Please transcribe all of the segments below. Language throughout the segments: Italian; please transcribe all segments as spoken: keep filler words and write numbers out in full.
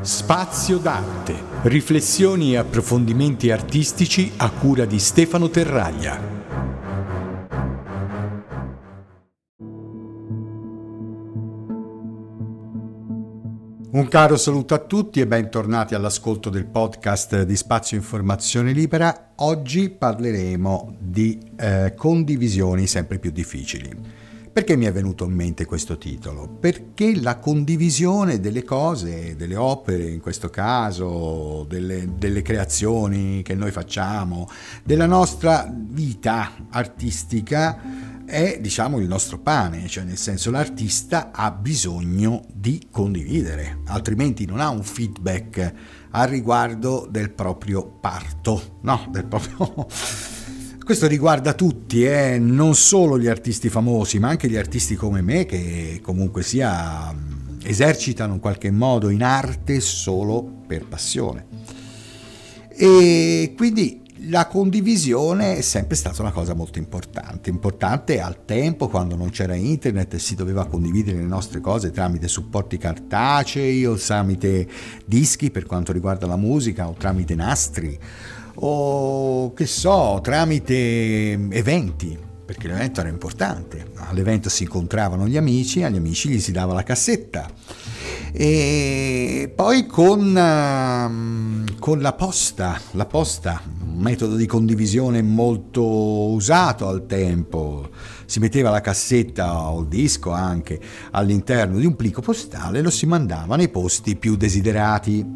Spazio d'arte, riflessioni e approfondimenti artistici a cura di Stefano Terraglia. Un caro saluto a tutti e bentornati all'ascolto del podcast di Spazio Informazione Libera. Oggi parleremo di eh, condivisioni sempre più difficili. Perché mi è venuto in mente questo titolo? Perché la condivisione delle cose, delle opere, in questo caso, delle, delle creazioni che noi facciamo, della nostra vita artistica è, diciamo, il nostro pane, cioè nel senso l'artista ha bisogno di condividere, altrimenti non ha un feedback al riguardo del proprio parto, no, del proprio... Questo riguarda tutti, eh? Non solo gli artisti famosi, ma anche gli artisti come me che comunque sia esercitano in qualche modo in arte solo per passione. E quindi la condivisione è sempre stata una cosa molto importante, importante al tempo quando non c'era internet e si doveva condividere le nostre cose tramite supporti cartacei o tramite dischi per quanto riguarda la musica o tramite nastri. O che so, tramite eventi, perché l'evento era importante. All'evento si incontravano gli amici, agli amici gli si dava la cassetta. E poi con, con la posta, la posta, un metodo di condivisione molto usato al tempo. Si metteva la cassetta o il disco anche all'interno di un plico postale e lo si mandava nei posti più desiderati.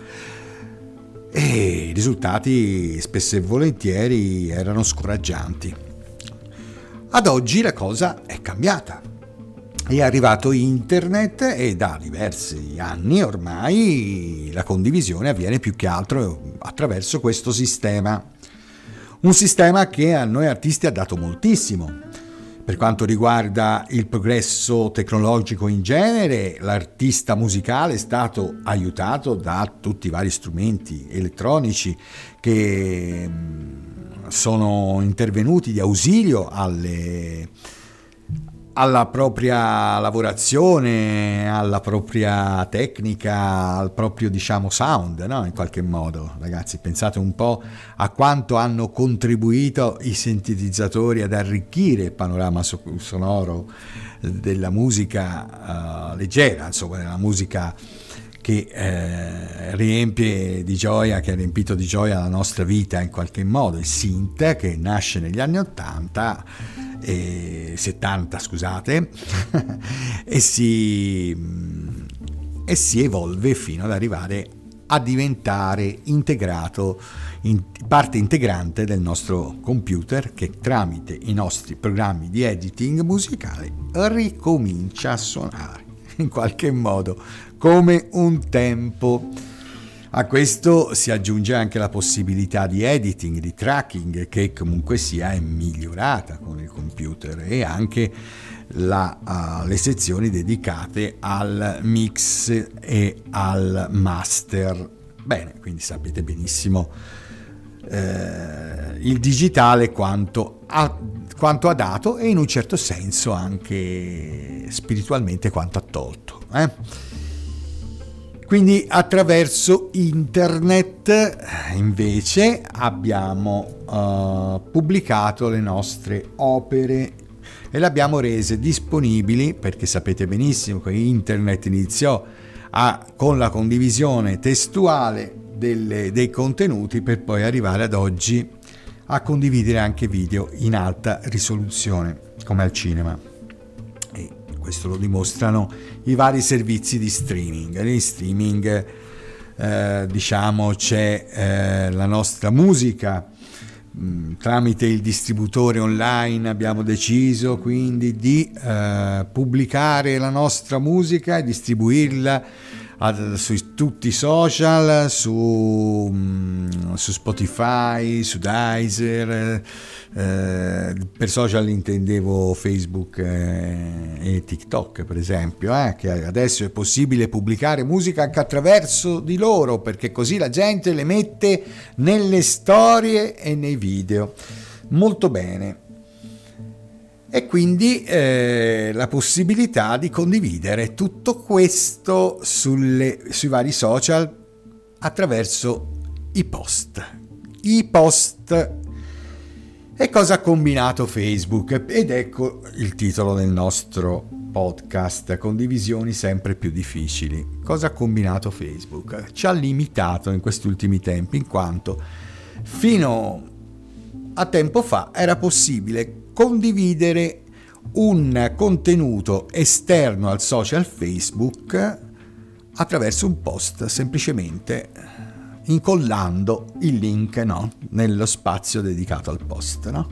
E i risultati spesso e volentieri erano scoraggianti. Ad oggi la cosa è cambiata. È arrivato internet e da diversi anni ormai la condivisione avviene più che altro attraverso questo sistema. Un sistema che a noi artisti ha dato moltissimo. Per quanto riguarda il progresso tecnologico in genere, l'artista musicale è stato aiutato da tutti i vari strumenti elettronici che sono intervenuti di ausilio alle, alla propria lavorazione, alla propria tecnica, al proprio, diciamo, sound, no? In qualche modo, ragazzi, pensate un po' a quanto hanno contribuito i sintetizzatori ad arricchire il panorama sonoro della musica uh, leggera, insomma, della musica che eh, riempie di gioia, che ha riempito di gioia la nostra vita in qualche modo. Il synth, che nasce negli anni ottanta e settanta, scusate, e si e si evolve fino ad arrivare a diventare integrato in parte integrante del nostro computer, che tramite i nostri programmi di editing musicale ricomincia a suonare in qualche modo come un tempo. A questo si aggiunge anche la possibilità di editing, di tracking, che comunque sia è migliorata con il computer, e anche la, uh, le sezioni dedicate al mix e al master. Bene, quindi sapete benissimo eh, il digitale quanto ha, quanto ha dato, e in un certo senso anche spiritualmente quanto ha tolto. Eh? Quindi attraverso internet invece abbiamo uh, pubblicato le nostre opere e le abbiamo rese disponibili, perché sapete benissimo che internet iniziò a, con la condivisione testuale delle, dei contenuti, per poi arrivare ad oggi a condividere anche video in alta risoluzione come al cinema. E questo lo dimostrano i vari servizi di streaming. Negli streaming eh, diciamo c'è eh, la nostra musica. Mh, tramite il distributore online abbiamo deciso quindi di eh, pubblicare la nostra musica e distribuirla ad, su tutti i social, su, mh, su Spotify, su Deezer. Eh, per social intendevo Facebook eh, e TikTok, per esempio, eh, che adesso è possibile pubblicare musica anche attraverso di loro, perché così la gente le mette nelle storie e nei video. Molto bene. e quindi eh, la possibilità di condividere tutto questo sulle, sui vari social attraverso i post. I post. E cosa ha combinato Facebook? Ed ecco il titolo del nostro podcast: condivisioni sempre più difficili. Cosa ha combinato Facebook? Ci ha limitato in questi ultimi tempi, in quanto fino a tempo fa era possibile condividere un contenuto esterno al social Facebook attraverso un post, semplicemente incollando il link, no, nello spazio dedicato al post, no?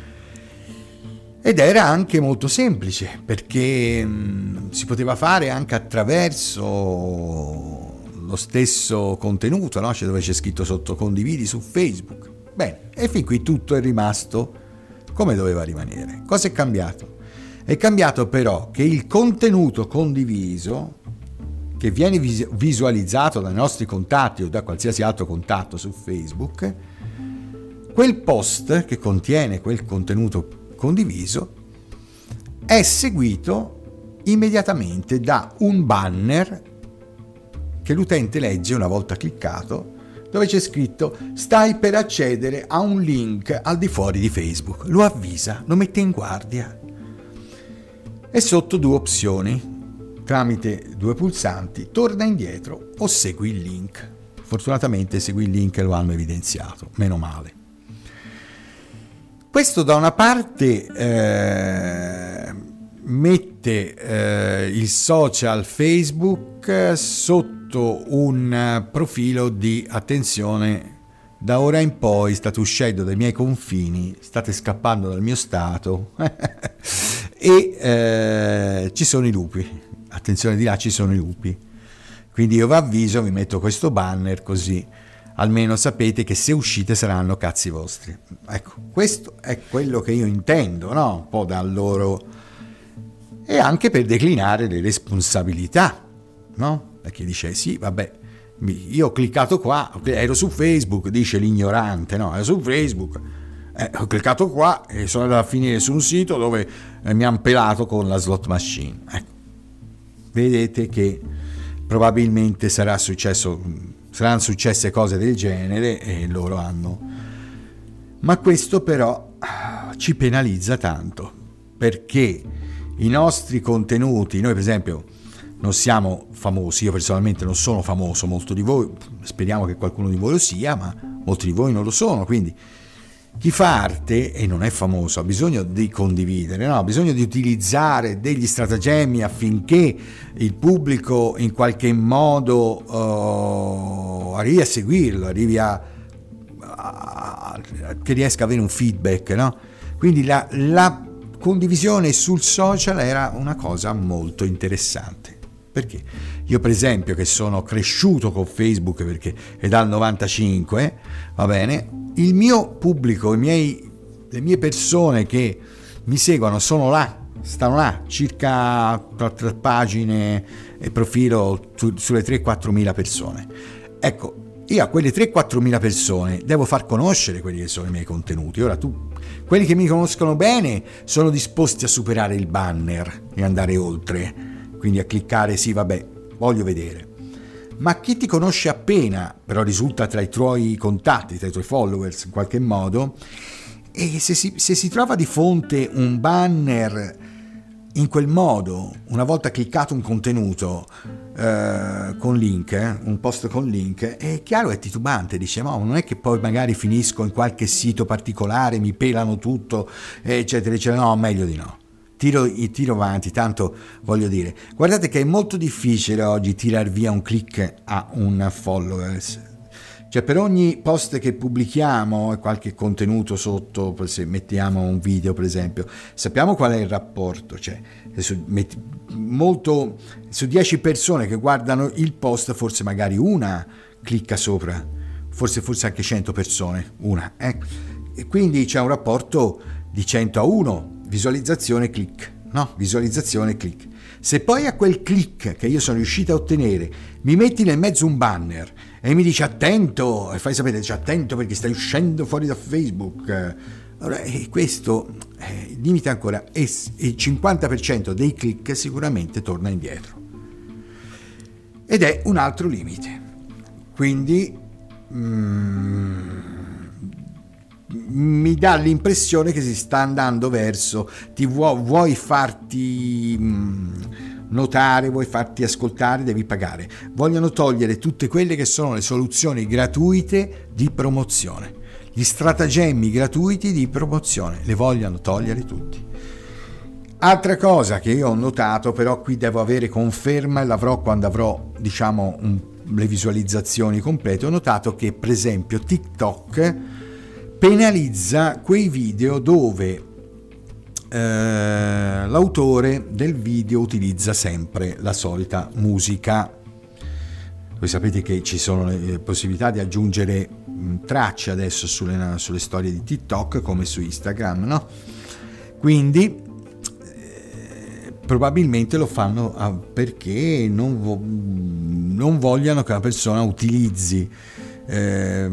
Ed era anche molto semplice, perché mh, si poteva fare anche attraverso lo stesso contenuto, no? Cioè dove c'è scritto sotto condividi su Facebook. Bene, e fin qui tutto è rimasto come doveva rimanere. Cosa è cambiato? È cambiato però che il contenuto condiviso, che viene vis- visualizzato dai nostri contatti o da qualsiasi altro contatto su Facebook, quel post che contiene quel contenuto condiviso è seguito immediatamente da un banner che l'utente legge una volta cliccato, dove c'è scritto: stai per accedere a un link al di fuori di Facebook. Lo avvisa, lo mette in guardia. E sotto due opzioni: tramite due pulsanti, torna indietro o segui il link. Fortunatamente segui il link e lo hanno evidenziato, meno male. Questo da una parte eh, mette eh, il social Facebook sotto un profilo di attenzione: da ora in poi state uscendo dai miei confini, state scappando dal mio stato e eh, ci sono i lupi, attenzione, di là ci sono i lupi, quindi io vi avviso, vi metto questo banner, così almeno sapete che se uscite saranno cazzi vostri. Ecco, questo è quello che io intendo, no? Un po' dal loro, e anche per declinare le responsabilità, no? Perché dice: sì, vabbè, io ho cliccato qua, ero su Facebook, dice l'ignorante, no? Ero su Facebook, eh, ho cliccato qua e sono andato a finire su un sito dove eh, mi hanno pelato con la slot machine. Ecco, vedete che probabilmente sarà successo, saranno successe cose del genere e loro hanno. Ma questo però ci penalizza tanto, perché i nostri contenuti, noi per esempio non siamo famosi, io personalmente non sono famoso, molto di voi, speriamo che qualcuno di voi lo sia, ma molti di voi non lo sono, quindi chi fa arte e non è famoso ha bisogno di condividere, no? Ha bisogno di utilizzare degli stratagemmi affinché il pubblico in qualche modo uh, arrivi a seguirlo, arrivi a, a, a che riesca ad avere un feedback, no? Quindi la, la condivisione sul social era una cosa molto interessante. Perché io per esempio, che sono cresciuto con Facebook perché è dal novantacinque, va bene, il mio pubblico, i miei, le mie persone che mi seguono sono là, stanno là, circa tra, tra pagine e profilo su, sulle tre quattro mila persone. Ecco, io a quelle tre quattro mila persone devo far conoscere quelli che sono i miei contenuti. Ora tu, quelli che mi conoscono bene sono disposti a superare il banner e andare oltre, quindi a cliccare sì, vabbè, voglio vedere. Ma chi ti conosce appena, però risulta tra i tuoi contatti, tra i tuoi followers in qualche modo, e se si, se si trova di fronte un banner in quel modo, una volta cliccato un contenuto eh, con link, eh, un post con link, è chiaro, è titubante, dice: ma non è che poi magari finisco in qualche sito particolare, mi pelano tutto, eccetera, eccetera. No, meglio di no. Tiro, tiro avanti, tanto voglio dire, guardate che è molto difficile oggi tirar via un click a un followers. Cioè, per ogni post che pubblichiamo e qualche contenuto sotto, se mettiamo un video per esempio, sappiamo qual è il rapporto. Cioè, su, metti, molto, su dieci persone che guardano il post, forse magari una clicca sopra, forse forse anche cento persone, una. Eh? E quindi c'è un rapporto di cento a uno, visualizzazione click, no? Visualizzazione click. Se poi a quel click che io sono riuscito a ottenere mi metti nel mezzo un banner e mi dici attento, e fai sapere, dici attento perché stai uscendo fuori da Facebook, Allora, e questo eh, il limite ancora è il cinquanta per cento dei click sicuramente torna indietro, ed è un altro limite. Quindi mm, mi dà l'impressione che si sta andando verso ti vuoi, vuoi farti mm, notare, vuoi farti ascoltare, devi pagare. Vogliono togliere tutte quelle che sono le soluzioni gratuite di promozione, gli stratagemmi gratuiti di promozione, le vogliono togliere tutti. Altra cosa che io ho notato, però qui devo avere conferma e l'avrò quando avrò, diciamo, un, le visualizzazioni complete, ho notato che per esempio TikTok penalizza quei video dove eh, l'autore del video utilizza sempre la solita musica. Voi sapete che ci sono le possibilità di aggiungere tracce adesso sulle, sulle storie di TikTok come su Instagram, no? Quindi eh, probabilmente lo fanno ah, perché non, vo- non vogliano che la persona utilizzi eh,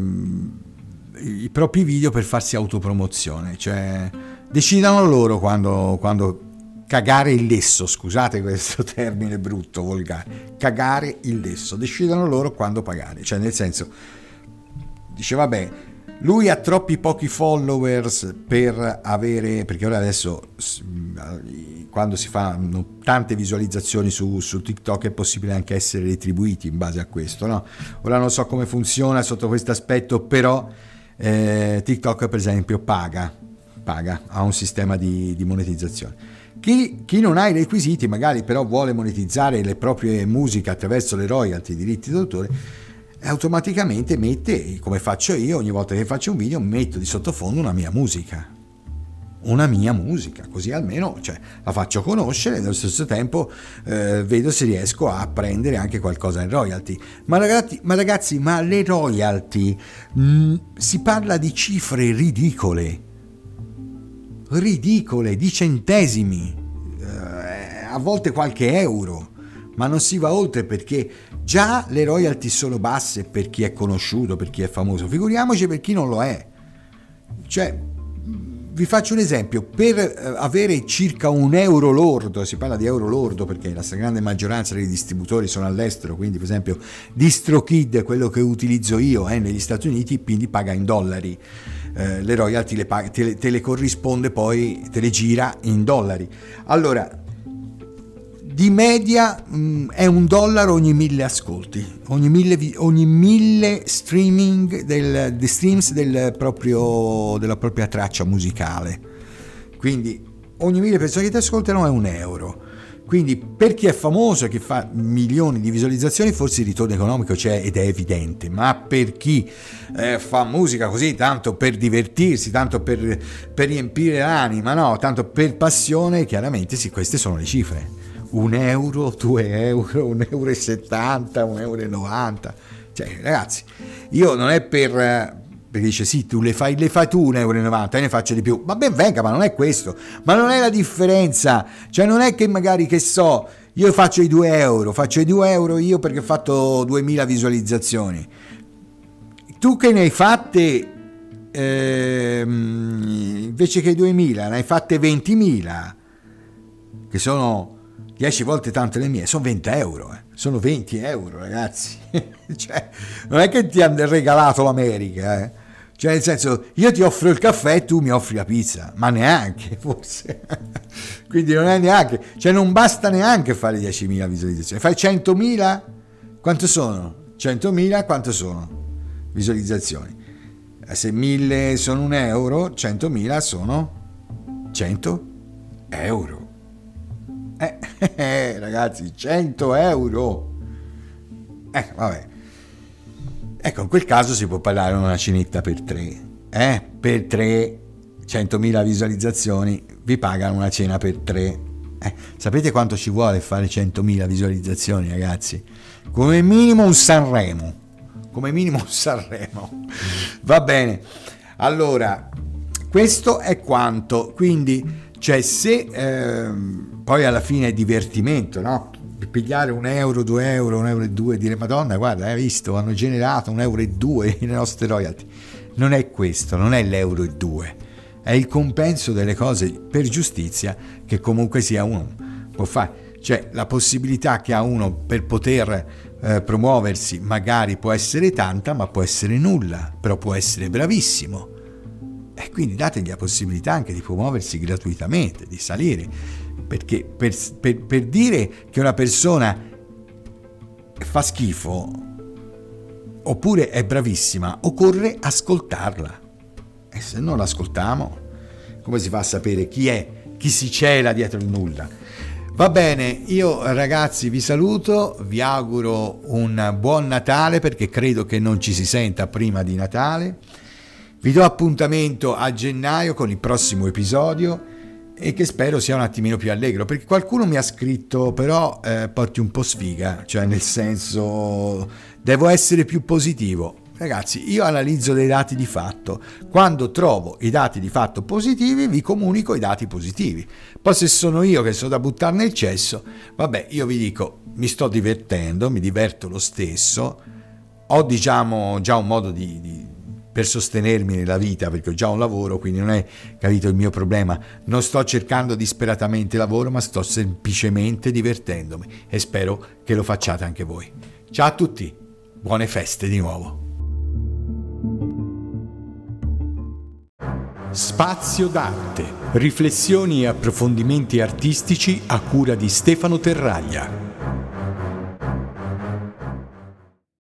i propri video per farsi autopromozione, cioè decidano loro quando, quando cagare il lesso, scusate questo termine brutto, volgare, cagare il lesso, decidano loro quando pagare, cioè nel senso, dice vabbè, lui ha troppi pochi followers per avere, perché ora adesso quando si fanno tante visualizzazioni su, su TikTok è possibile anche essere retribuiti in base a questo, no? Ora non so come funziona sotto questo aspetto, però eh, TikTok per esempio paga, paga, ha un sistema di, di monetizzazione. Chi, chi non ha i requisiti, magari però vuole monetizzare le proprie musiche attraverso le royalty, i diritti d'autore, automaticamente mette, come faccio io, ogni volta che faccio un video metto di sottofondo una mia musica, una mia musica, così almeno cioè, la faccio conoscere e allo stesso tempo eh, vedo se riesco a prendere anche qualcosa in royalty. Ma ragazzi, ma, ragazzi, ma le royalty, mh, si parla di cifre ridicole, ridicole, di centesimi, eh, a volte qualche euro, ma non si va oltre, perché già le royalty sono basse per chi è conosciuto, per chi è famoso, figuriamoci per chi non lo è. Cioè, vi faccio un esempio, per avere circa un euro lordo, si parla di euro lordo perché la stragrande maggioranza dei distributori sono all'estero, quindi per esempio DistroKid, quello che utilizzo io, è negli Stati Uniti, quindi paga in dollari. Eh, le royalty le paga, te, le, te le corrisponde, poi te le gira in dollari. Allora, di media mh, è un dollaro ogni mille ascolti, ogni mille, ogni mille streaming del, di streams del proprio, della propria traccia musicale. Quindi ogni mille persone che ti ascoltano è un euro. Quindi per chi è famoso e che fa milioni di visualizzazioni forse il ritorno economico c'è ed è evidente, ma per chi eh, fa musica così tanto per divertirsi, tanto per, per riempire l'anima, no, tanto per passione, chiaramente sì, queste sono le cifre. Un euro, due euro, un euro e settanta, un euro e novanta. Cioè, ragazzi, io non è per, perché dice sì, tu le fai, le fai tu un euro e novanta, io ne faccio di più. Ma ben venga, ma non è questo. Ma non è la differenza. Cioè, non è che magari, che so, io faccio i due euro, faccio i due euro io perché ho fatto duemila visualizzazioni. Tu che ne hai fatte, ehm, invece che duemila, ne hai fatte ventimila, che sono dieci volte tanto le mie, sono venti euro, eh. Sono venti euro, ragazzi. Cioè, non è che ti hanno regalato l'America, eh. Cioè, nel senso, io ti offro il caffè e tu mi offri la pizza, ma neanche, forse. Quindi non è neanche, cioè non basta neanche fare diecimila visualizzazioni. Fai centomila? Quanto sono? centomila quanto sono? Visualizzazioni. Se mille sono un euro, centomila sono cento euro. Eh, eh, ragazzi, cento euro. Eh, vabbè. Ecco, in quel caso si può parlare di una cenetta per tre. Eh, per tre, centomila visualizzazioni, vi pagano una cena per tre. Eh, sapete quanto ci vuole fare centomila visualizzazioni, ragazzi? Come minimo un Sanremo. Come minimo un Sanremo. Va bene. Allora, questo è quanto. Quindi, cioè, se ehm, poi alla fine è divertimento, no? Pigliare un euro, due euro, un euro e due, dire Madonna, guarda, hai visto, hanno generato un euro e due le nostre royalty. Non è questo, non è l'euro e due, è il compenso delle cose per giustizia che comunque sia uno può fare. Cioè la possibilità che ha uno per poter eh, promuoversi magari può essere tanta, ma può essere nulla, però può essere bravissimo. E quindi dategli la possibilità anche di promuoversi gratuitamente, di salire, perché per, per, per dire che una persona fa schifo oppure è bravissima, occorre ascoltarla. E se non l'ascoltiamo, come si fa a sapere chi è, chi si cela dietro il nulla? Va bene, io ragazzi vi saluto, vi auguro un buon Natale, perché credo che non ci si senta prima di Natale. Vi do appuntamento a gennaio con il prossimo episodio e che spero sia un attimino più allegro, perché qualcuno mi ha scritto però eh, porti un po' sfiga, cioè nel senso devo essere più positivo. Ragazzi, io analizzo dei dati di fatto, quando trovo i dati di fatto positivi vi comunico i dati positivi, poi se sono io che sono da buttare nel cesso, vabbè, io vi dico mi sto divertendo, mi diverto lo stesso, ho diciamo già un modo di, di per sostenermi nella vita, perché ho già un lavoro, quindi non è, capito, il mio problema, non sto cercando disperatamente lavoro, ma sto semplicemente divertendomi e spero che lo facciate anche voi. Ciao a tutti, buone feste di nuovo. Spazio d'arte, riflessioni e approfondimenti artistici a cura di Stefano Terraglia.